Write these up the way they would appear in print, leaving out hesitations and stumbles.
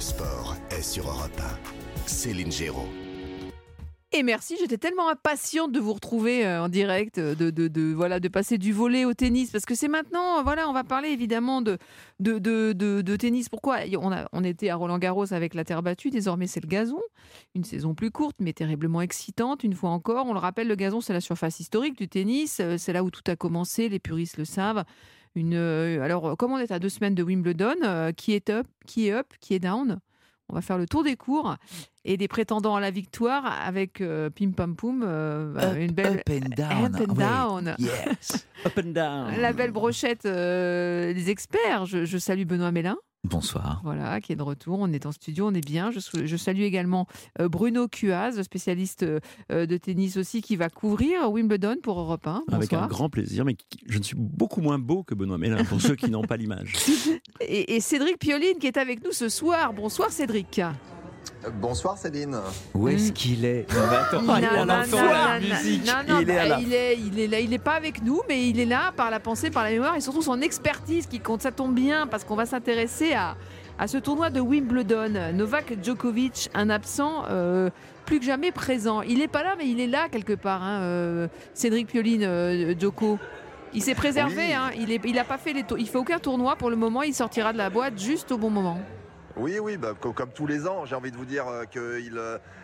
sport est sur Europe 1. Céline Géraud. Et merci, j'étais tellement impatiente de vous retrouver en direct, de passer du volley au tennis, parce que c'est maintenant, voilà, on va parler évidemment de tennis. Pourquoi on était à Roland-Garros avec la terre battue, désormais c'est le gazon, une saison plus courte mais terriblement excitante, une fois encore. On le rappelle, le gazon c'est la surface historique du tennis, c'est là où tout a commencé, les puristes le savent. Alors, comme on est à 2 semaines de Wimbledon, qui est up, qui est down? On va faire le tour des cours et des prétendants à la victoire avec Pim Pam Poum, une belle up and down. Up and down. Yes. Up and down. La belle brochette des experts. Je salue Benoît Mélin. Bonsoir. Voilà, qui est de retour. On est en studio, on est bien. Je salue également Bruno Cuaz, spécialiste de tennis aussi, qui va couvrir Wimbledon pour Europe 1. Bonsoir. Avec un grand plaisir, mais je ne suis beaucoup moins beau que Benoît Mélin, pour ceux qui n'ont pas l'image. Et Cédric Pioline qui est avec nous ce soir. Bonsoir Cédric. Bonsoir Céline. Où est-ce qu'il est? Non, mais attends, Non, il est à la fin de la non, musique. non, Il est à la il est là, il n'est pas avec nous, mais il est là par la pensée, par la mémoire et surtout son expertise qui compte. Ça tombe bien parce qu'on va s'intéresser à ce tournoi de Wimbledon. Novak Djokovic, un absent plus que jamais présent. Il n'est pas là, mais il est là quelque part. Cédric Pioline, Djoko. Il s'est préservé. Oui. Il a pas fait il fait aucun tournoi pour le moment. Il sortira de la boîte juste au bon moment. Oui, comme tous les ans, j'ai envie de vous dire qu'il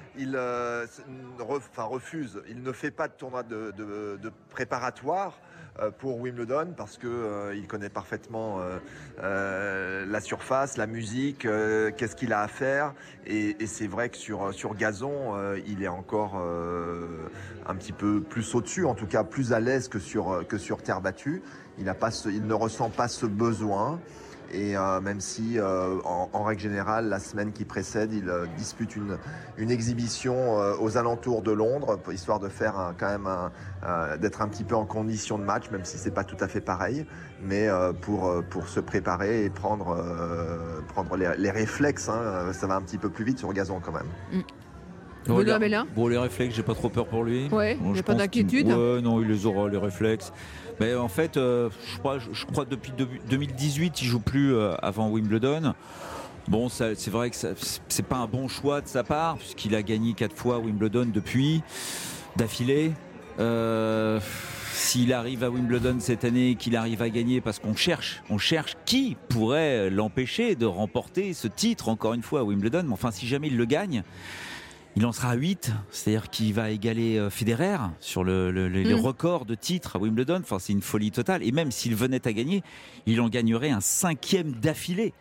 refuse. Il ne fait pas de tournoi de préparatoire pour Wimbledon parce qu'il connaît parfaitement la surface, la musique, qu'est-ce qu'il a à faire. Et c'est vrai que sur gazon, il est encore un petit peu plus au-dessus, en tout cas plus à l'aise que sur terre battue. Il ne ressent pas ce besoin. Et même si, en règle générale, la semaine qui précède, il dispute une exhibition aux alentours de Londres, histoire de faire d'être un petit peu en condition de match, même si c'est pas tout à fait pareil, mais pour se préparer et prendre les réflexes. Ça va un petit peu plus vite sur gazon quand même. Benoît Mélin. Bon, les réflexes, j'ai pas trop peur pour lui. Ouais, Bon, il n'y je a pas pense d'inquiétude. Ouais, non, il les aura, les réflexes. Mais en fait, je crois que depuis 2018, il joue plus avant Wimbledon. Bon, c'est vrai que c'est pas un bon choix de sa part, puisqu'il a gagné 4 fois Wimbledon depuis, d'affilée. S'il arrive à Wimbledon cette année, qu'il arrive à gagner, parce qu'on cherche qui pourrait l'empêcher de remporter ce titre, encore une fois, à Wimbledon. Mais enfin, si jamais il le gagne, il en sera à 8, c'est-à-dire qu'il va égaler Federer sur les records de titres à Wimbledon. Enfin, c'est une folie totale. Et même s'il venait à gagner, il en gagnerait un 5e d'affilée.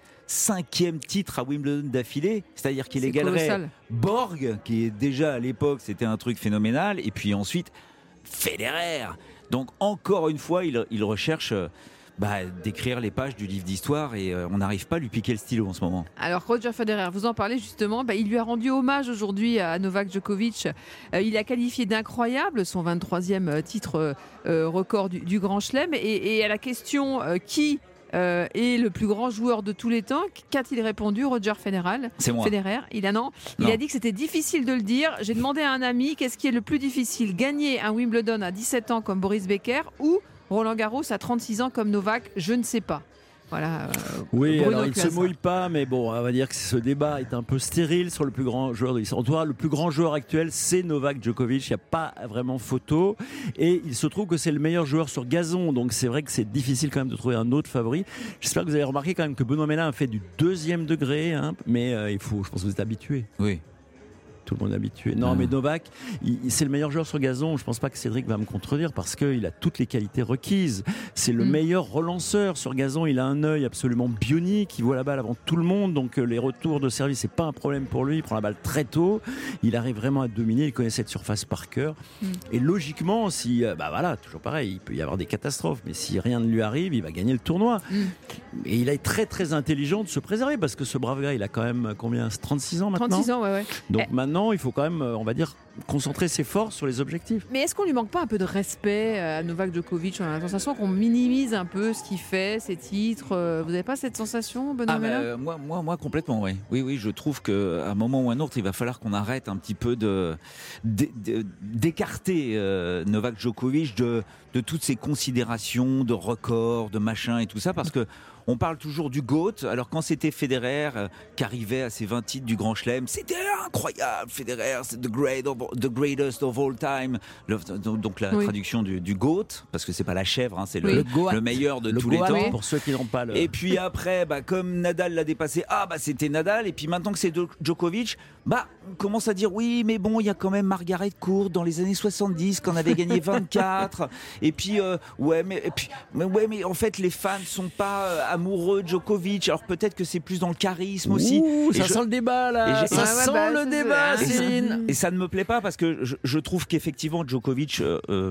5e titre à Wimbledon d'affilée, c'est-à-dire qu'il égalerait colossal. Borg, qui est déjà à l'époque, c'était un truc phénoménal, et puis ensuite Federer. Donc encore une fois, il recherche d'écrire les pages du livre d'histoire et on n'arrive pas à lui piquer le stylo en ce moment. Alors Roger Federer, vous en parlez justement, il lui a rendu hommage aujourd'hui à Novak Djokovic. Il a qualifié d'incroyable son 23e titre record du Grand Chelem. Et à la question qui est le plus grand joueur de tous les temps, qu'a-t-il répondu, Roger Federer? C'est moi. Federer, il a dit que c'était difficile de le dire. J'ai demandé à un ami, qu'est-ce qui est le plus difficile, gagner un Wimbledon à 17 ans comme Boris Becker ou Roland Garros à 36 ans comme Novak? Je ne sais pas. Voilà. Oui, Bruno alors il ne se Cuazza. mouille pas, mais bon, on va dire que ce débat est un peu stérile sur le plus grand joueur de l'histoire. En tout cas, le plus grand joueur actuel, c'est Novak Djokovic. Il n'y a pas vraiment photo. Et il se trouve que c'est le meilleur joueur sur gazon. Donc c'est vrai que c'est difficile quand même de trouver un autre favori. J'espère que vous avez remarqué quand même que Benoît Mélin a fait du 2e degré. Mais je pense que vous êtes habitué. Oui. Tout le monde est habitué. Non, mais Novak, c'est le meilleur joueur sur gazon. Je ne pense pas que Cédric va me contredire parce qu'il a toutes les qualités requises. C'est le meilleur relanceur sur gazon. Il a un œil absolument bionique. Il voit la balle avant tout le monde. Donc les retours de service, c'est pas un problème pour lui. Il prend la balle très tôt. Il arrive vraiment à dominer. Il connaît cette surface par cœur. Et logiquement, si, toujours pareil, il peut y avoir des catastrophes. Mais si rien ne lui arrive, il va gagner le tournoi. Et il est très très intelligent de se préserver parce que ce brave gars, il a quand même combien, 36 ans maintenant. 36 ans, ouais. Donc maintenant, il faut quand même, on va dire, concentrer ses forces sur les objectifs. Mais est-ce qu'on lui manque pas un peu de respect à Novak Djokovic? On a la sensation qu'on minimise un peu ce qu'il fait, ses titres. Vous n'avez pas cette sensation, Benoît Mélin? Moi complètement, oui. Oui, je trouve qu'à un moment ou un autre, il va falloir qu'on arrête un petit peu d'écarter Novak Djokovic de toutes ces considérations de records, de machin et tout ça, parce que On parle toujours du GOAT. Alors quand c'était Federer qui arrivait à ses 20 titres du Grand Chelem, c'était incroyable. Federer, c'est the greatest of all time. Donc la traduction du GOAT, parce que c'est pas la chèvre, c'est le meilleur de tous les temps. Pour ceux qui n'ont pas le... Et puis après, comme Nadal l'a dépassé, c'était Nadal. Et puis maintenant que c'est Djokovic, on commence à dire oui, mais bon, il y a quand même Margaret Court dans les années 70 qu'on avait gagné 24. Et puis mais en fait les fans sont pas amoureux de Djokovic. Alors peut-être que c'est plus dans le charisme aussi. Ça sent le débat là. Ça sent le débat, Céline. Et ça ne me plaît pas parce que je trouve qu'effectivement Djokovic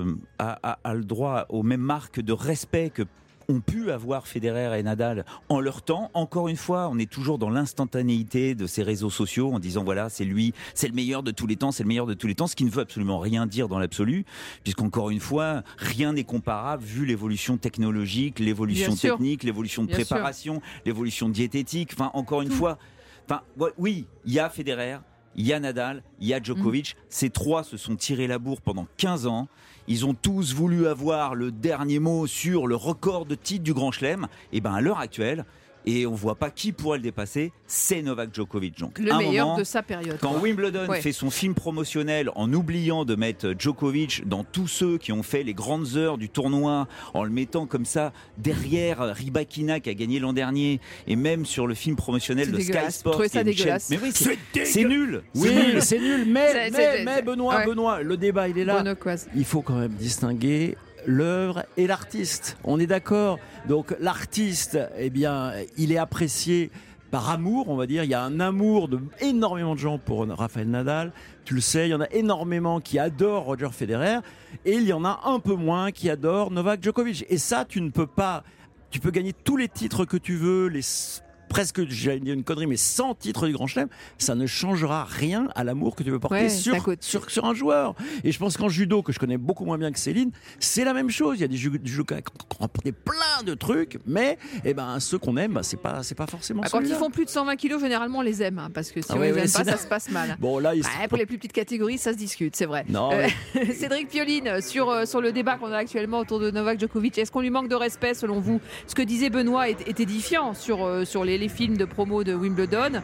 a le droit aux mêmes marques de respect que ont pu avoir Federer et Nadal en leur temps. Encore une fois, on est toujours dans l'instantanéité de ces réseaux sociaux en disant voilà, c'est lui, c'est le meilleur de tous les temps, c'est le meilleur de tous les temps, ce qui ne veut absolument rien dire dans l'absolu, puisqu'encore une fois, rien n'est comparable vu l'évolution technologique, l'évolution technique, l'évolution de préparation, l'évolution diététique. Enfin, encore une fois, oui, il y a Federer, il y a Nadal, il y a Djokovic. Ces trois se sont tirés la bourre pendant 15 ans. Ils ont tous voulu avoir le dernier mot sur le record de titres du Grand Chelem. Et à l'heure actuelle, et on ne voit pas qui pourrait le dépasser, c'est Novak Djokovic. Donc, le meilleur de sa période. Quand Wimbledon fait son film promotionnel en oubliant de mettre Djokovic dans tous ceux qui ont fait les grandes heures du tournoi, en le mettant comme ça derrière Rybakina qui a gagné l'an dernier, et même sur le film promotionnel de Sky Sports. Je trouvais ça dégueulasse. Mais oui, c'est nul. Oui, c'est nul. Mais Benoît, le débat il est là. Il faut quand même distinguer l'œuvre et l'artiste. On est d'accord. Donc l'artiste, il est apprécié par amour, on va dire. Il y a un amour de énormément de gens pour Rafael Nadal. Tu le sais, il y en a énormément qui adorent Roger Federer et il y en a un peu moins qui adorent Novak Djokovic. Et ça, tu ne peux pas. Tu peux gagner tous les titres que tu veux, presque, j'allais dire une connerie, mais 100 titres du Grand Chelem, ça ne changera rien à l'amour que tu veux porter sur un joueur. Et je pense qu'en judo, que je connais beaucoup moins bien que Céline, c'est la même chose. Il y a des judokas qui ont remporté plein de trucs, mais ceux qu'on aime, c'est pas forcément quand ils font plus de 120 kilos, généralement on les aime, parce que si on les aime pas, ça se passe mal. Bon, là, pour les plus petites catégories, ça se discute, c'est vrai. Cédric Pioline, sur le débat qu'on a actuellement autour de Novak Djokovic, est-ce qu'on lui manque de respect selon vous? Ce que disait Benoît est édifiant sur les films de promo de Wimbledon.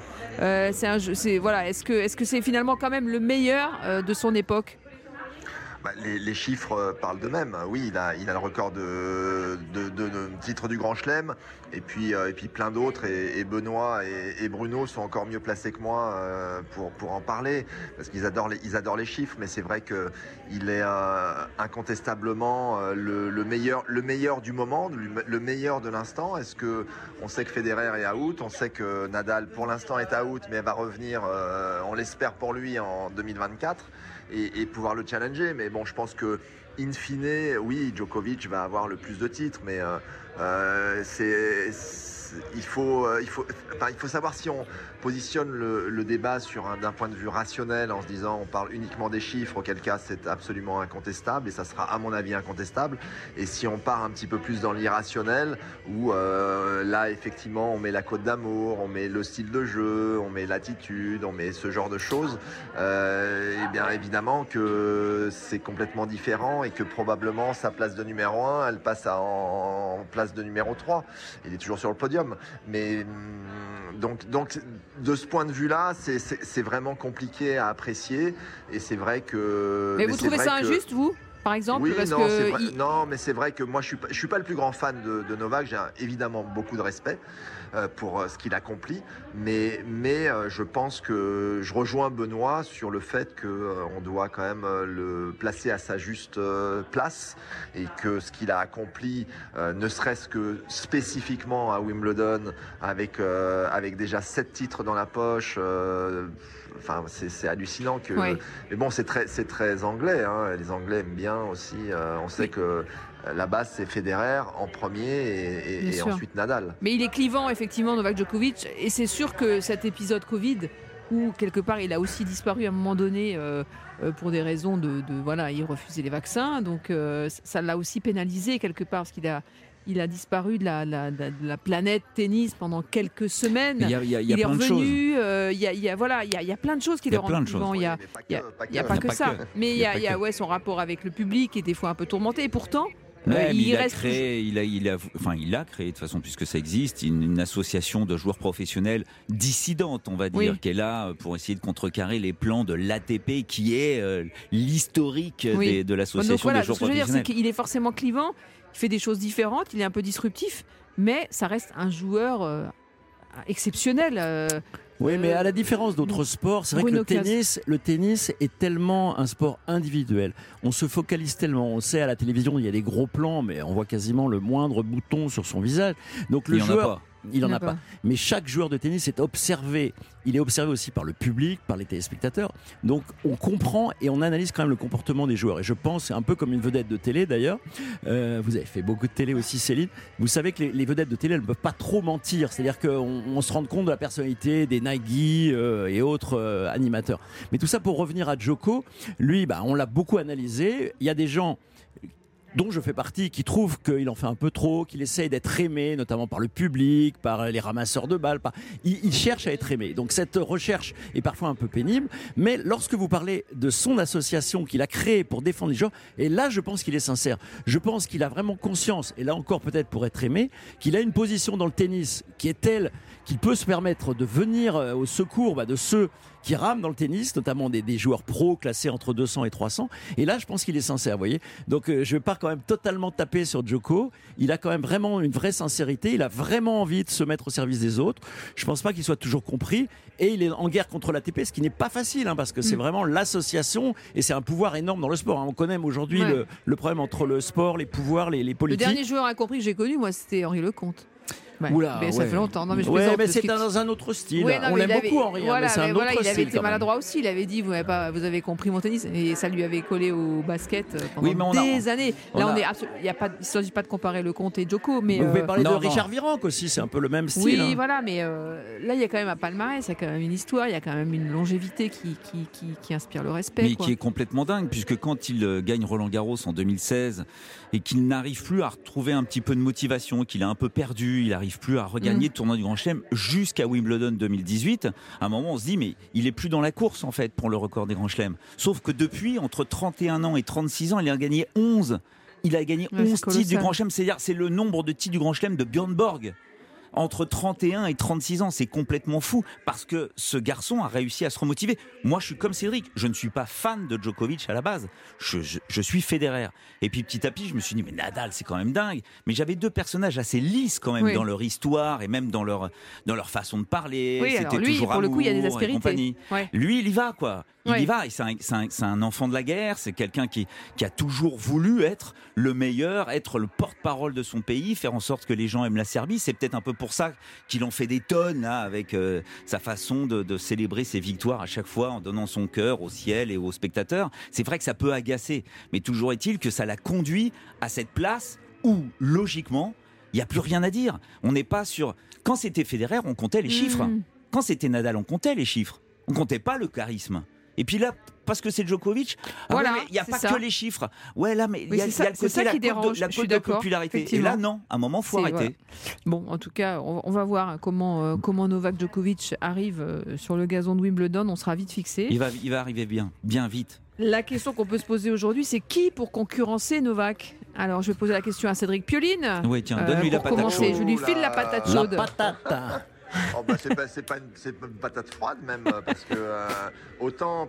Est-ce que c'est finalement quand même le meilleur de son époque? Les chiffres parlent d'eux-mêmes. Oui, il a le record de titres du Grand Chelem, et puis plein d'autres. Et Benoît et Bruno sont encore mieux placés que moi pour en parler, parce qu'ils adorent les chiffres. Mais c'est vrai que il est incontestablement le meilleur du moment, le meilleur de l'instant. Est-ce que on sait que Federer est out, on sait que Nadal pour l'instant est out, mais va revenir, on l'espère pour lui, en 2024. Et pouvoir le challenger. Mais bon, je pense que in fine, oui, Djokovic va avoir le plus de titres, mais il faut savoir si on positionne le débat d'un point de vue rationnel, en se disant on parle uniquement des chiffres, auquel cas c'est absolument incontestable, et ça sera à mon avis incontestable. Et si on part un petit peu plus dans l'irrationnel, où là effectivement on met la cote d'amour, on met le style de jeu, on met l'attitude, on met ce genre de choses, et bien évidemment que c'est complètement différent, et que probablement sa place de numéro 1 elle passe en place de numéro 3. Il est toujours sur le podium, mais donc de ce point de vue-là, c'est vraiment compliqué à apprécier, et c'est vrai que... Mais vous trouvez ça injuste, vous, par exemple? Oui, parce non, mais c'est vrai que moi, je suis pas le plus grand fan de Novak. J'ai évidemment beaucoup de respect pour ce qu'il accomplit, mais je pense que je rejoins Benoît sur le fait qu'on doit quand même le placer à sa juste place, et que ce qu'il a accompli, ne serait-ce que spécifiquement à Wimbledon, avec déjà 7 titres dans la poche, c'est hallucinant que. Oui. Mais bon, c'est très anglais, hein. Les Anglais aiment bien aussi. On sait que la base, c'est Federer en premier, et ensuite Nadal. Mais il est clivant, effectivement, Novak Djokovic, et c'est sûr que cet épisode Covid, où quelque part il a aussi disparu à un moment donné pour des raisons il refusait les vaccins, donc ça l'a aussi pénalisé quelque part, parce qu'il a disparu de la planète tennis pendant quelques semaines. Il y a il est plein revenu. Il y a plein de choses qui le rendent vivant. Il n'y a pas que ça. Mais il y a son rapport avec le public qui est des fois un peu tourmenté. Et pourtant, Ouais, mais il a reste créé, il a créé de toute façon, puisque ça existe, une association de joueurs professionnels dissidente, on va dire, qui est là pour essayer de contrecarrer les plans de l'ATP, qui est l'historique de l'association des joueurs professionnels. Ce que je veux dire, c'est qu'il est forcément clivant, il fait des choses différentes, il est un peu disruptif, mais ça reste un joueur exceptionnel. Oui, mais à la différence d'autres sports, c'est vrai que le tennis est tellement un sport individuel. On se focalise tellement. On sait, à la télévision, il y a des gros plans, mais on voit quasiment le moindre bouton sur son visage. Donc le joueur... Il n'en a pas. Mais chaque joueur de tennis est observé. Il est observé aussi par le public, par les téléspectateurs. Donc on comprend et on analyse quand même le comportement des joueurs. Et je pense, c'est un peu comme une vedette de télé d'ailleurs. Vous avez fait beaucoup de télé aussi, Céline. Vous savez que les vedettes de télé, elles ne peuvent pas trop mentir. C'est-à-dire qu'on se rend compte de la personnalité des Nagui et autres animateurs. Mais tout ça pour revenir à Djoko. Lui, on l'a beaucoup analysé. Il y a des gens dont je fais partie, qui trouvent qu'il en fait un peu trop, qu'il essaye d'être aimé, notamment par le public, par les ramasseurs de balles. Il cherche à être aimé. Donc cette recherche est parfois un peu pénible. Mais lorsque vous parlez de son association qu'il a créée pour défendre les joueurs, et là je pense qu'il est sincère. Je pense qu'il a vraiment conscience, et là encore peut-être pour être aimé, qu'il a une position dans le tennis qui est telle qu'il peut se permettre de venir au secours de ceux qui rament dans le tennis, notamment des joueurs pros classés entre 200 et 300. Et là, je pense qu'il est sincère, vous voyez. Donc, je ne vais pas quand même totalement taper sur Djoko. Il a quand même vraiment une vraie sincérité. Il a vraiment envie de se mettre au service des autres. Je ne pense pas qu'il soit toujours compris. Et il est en guerre contre l'ATP, ce qui n'est pas facile, parce que c'est vraiment l'association et c'est un pouvoir énorme dans le sport. On connaît aujourd'hui le problème entre le sport, les pouvoirs, les politiques. Le dernier joueur incompris que j'ai connu, moi, c'était Henri Lecomte. Oula, mais ça fait longtemps. Non, mais mais c'est dans un autre style. On l'aime beaucoup, Henri, mais c'est un autre style. Il avait été maladroit aussi. Il avait dit vous avez compris mon tennis, et ça lui avait collé au basket pendant des années. Là, il ne s'agit pas de comparer Lecomte et Djoko, mais vous pouvez parler de Richard Virenque aussi. C'est un peu le même style. Oui, voilà, mais là, il y a quand même un palmarès, il y a quand même une histoire, il y a quand même une longévité qui inspire le respect. Mais qui est complètement dingue, puisque quand il gagne Roland-Garros en 2016 et qu'il n'arrive plus à retrouver un petit peu de motivation, qu'il a un peu perdu, il n'arrive plus à regagner le tournoi du Grand Chelem jusqu'à Wimbledon 2018, à un moment on se dit mais il est plus dans la course en fait pour le record des Grands Chelems. Sauf que depuis, entre 31 ans et 36 ans, il a gagné 11. Il a gagné 11 titres du Grand Chelem, c'est-à-dire c'est le nombre de titres du Grand Chelem de Björn Borg. Entre 31 et 36 ans, c'est complètement fou parce que ce garçon a réussi à se remotiver. Moi, je suis comme Cédric, je ne suis pas fan de Djokovic à la base. Je suis Federer. Et puis petit à petit, je me suis dit, mais Nadal, c'est quand même dingue. Mais j'avais deux personnages assez lisses quand même dans leur histoire et même dans leur façon de parler. Oui, c'était lui, toujours pour le coup, il y a des aspérités. Lui, il y va, quoi. Il y va, et c'est un enfant de la guerre, c'est quelqu'un qui a toujours voulu être le meilleur, être le porte-parole de son pays, faire en sorte que les gens aiment la Serbie. C'est peut-être un peu pour ça qu'il en fait des tonnes là, avec sa façon de célébrer ses victoires à chaque fois en donnant son cœur au ciel et aux spectateurs. C'est vrai que ça peut agacer, mais toujours est-il que ça l'a conduit à cette place où, logiquement, il n'y a plus rien à dire. On n'est pas sur... Quand c'était Federer, on comptait les chiffres. Quand c'était Nadal, on comptait les chiffres. On comptait pas le charisme. Et puis là, parce que c'est Djokovic, il n'y a pas que les chiffres. Ouais, là, mais il y a le côté la cote de popularité. Et là, non, à un moment, il faut arrêter. Voilà. Bon, en tout cas, on va voir comment Novak Djokovic arrive sur le gazon de Wimbledon. On sera vite fixé. Il va arriver bien vite. La question qu'on peut se poser aujourd'hui, c'est qui pour concurrencer Novak ? Alors, je vais poser la question à Cédric Pioline. Oui, tiens, donne-lui la patate chaude. Je lui file la patate chaude. La patate. C'est pas une patate froide même, parce que autant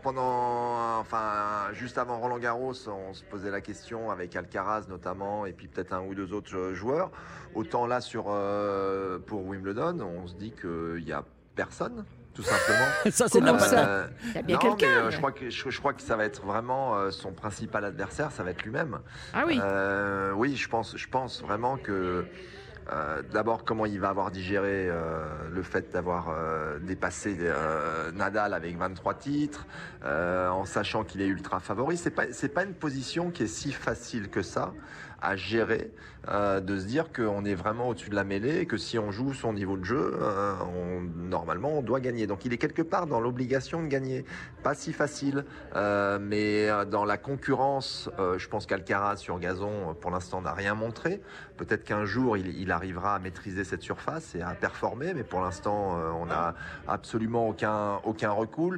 juste avant Roland Garros, on se posait la question avec Alcaraz notamment, et puis peut-être un ou deux autres joueurs. Autant là pour Wimbledon, on se dit qu'il y a personne. Tout simplement. Ça, c'est de la patate. Il y a bien quelqu'un. Je crois que ça va être vraiment son principal adversaire, ça va être lui-même. Ah oui. Oui, je pense vraiment que d'abord, comment il va avoir digéré le fait d'avoir dépassé Nadal avec 23 titres, en sachant qu'il est ultra favori. C'est pas une position qui est si facile que ça à gérer, de se dire qu'on est vraiment au-dessus de la mêlée et que si on joue son niveau de jeu, normalement on doit gagner. Donc il est quelque part dans l'obligation de gagner. Pas si facile, mais dans la concurrence, je pense qu'Alcaraz sur gazon, pour l'instant, n'a rien montré. Peut-être qu'un jour il arrivera à maîtriser cette surface et à performer, mais pour l'instant on n'a absolument aucun recul.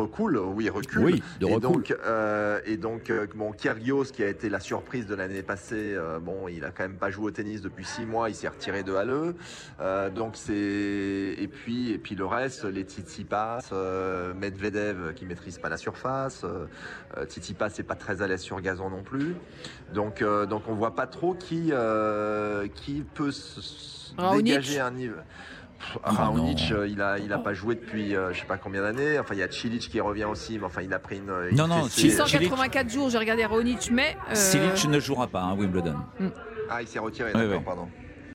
Oui, de recul. Et donc Kyrgios, qui a été la surprise de l'année passée, Français, il a quand même pas joué au tennis depuis 6 mois, il s'est retiré de Halle. Et puis le reste, les Tsitsipas, Medvedev qui maîtrise pas la surface, Tsitsipas c'est pas très à l'aise sur gazon non plus. Donc on voit pas trop qui peut dégager un niveau. Raonic, il a pas joué depuis je sais pas combien d'années. Enfin, il y a Cilic qui revient aussi, mais enfin, il a pris une. Non, 684 jours, j'ai regardé Raonic, mais. Cilic ne jouera pas, Wimbledon. Ah, il s'est retiré, Oui, d'accord, oui. pardon.